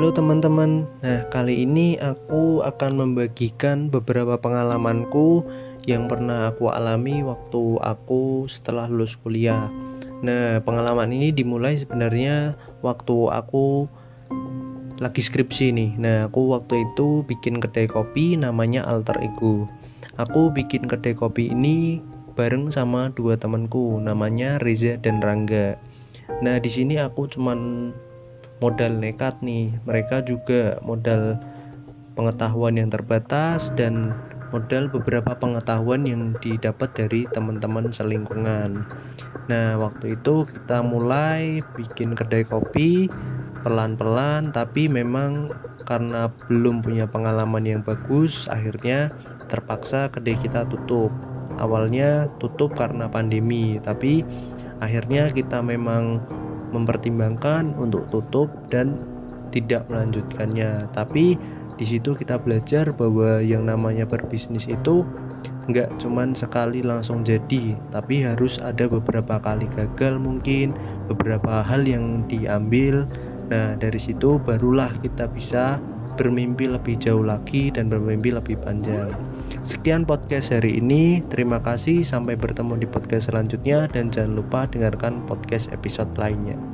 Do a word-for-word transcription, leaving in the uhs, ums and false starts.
Halo teman-teman, nah kali ini aku akan membagikan beberapa pengalamanku yang pernah aku alami waktu aku setelah lulus kuliah. Nah pengalaman ini dimulai sebenarnya waktu aku lagi skripsi nih. Nah aku waktu itu bikin kedai kopi namanya Alter Ego. Aku bikin kedai kopi ini bareng sama dua temanku namanya Reza dan Rangga. Nah di sini aku cuman modal nekat nih, mereka juga modal pengetahuan yang terbatas dan modal beberapa pengetahuan yang didapat dari teman-teman selingkungan. Nah waktu itu kita mulai bikin kedai kopi pelan-pelan, tapi memang karena belum punya pengalaman yang bagus, akhirnya terpaksa kedai kita tutup. Awalnya tutup karena pandemi, tapi akhirnya kita memang mempertimbangkan untuk tutup dan tidak melanjutkannya. Tapi di situ kita belajar bahwa yang namanya berbisnis itu nggak cuman sekali langsung jadi, tapi harus ada beberapa kali gagal, mungkin beberapa hal yang diambil. Nah dari situ barulah kita bisa bermimpi lebih jauh lagi dan bermimpi lebih panjang. Sekian podcast hari ini, terima kasih, sampai bertemu di podcast selanjutnya dan jangan lupa dengarkan podcast episode lainnya.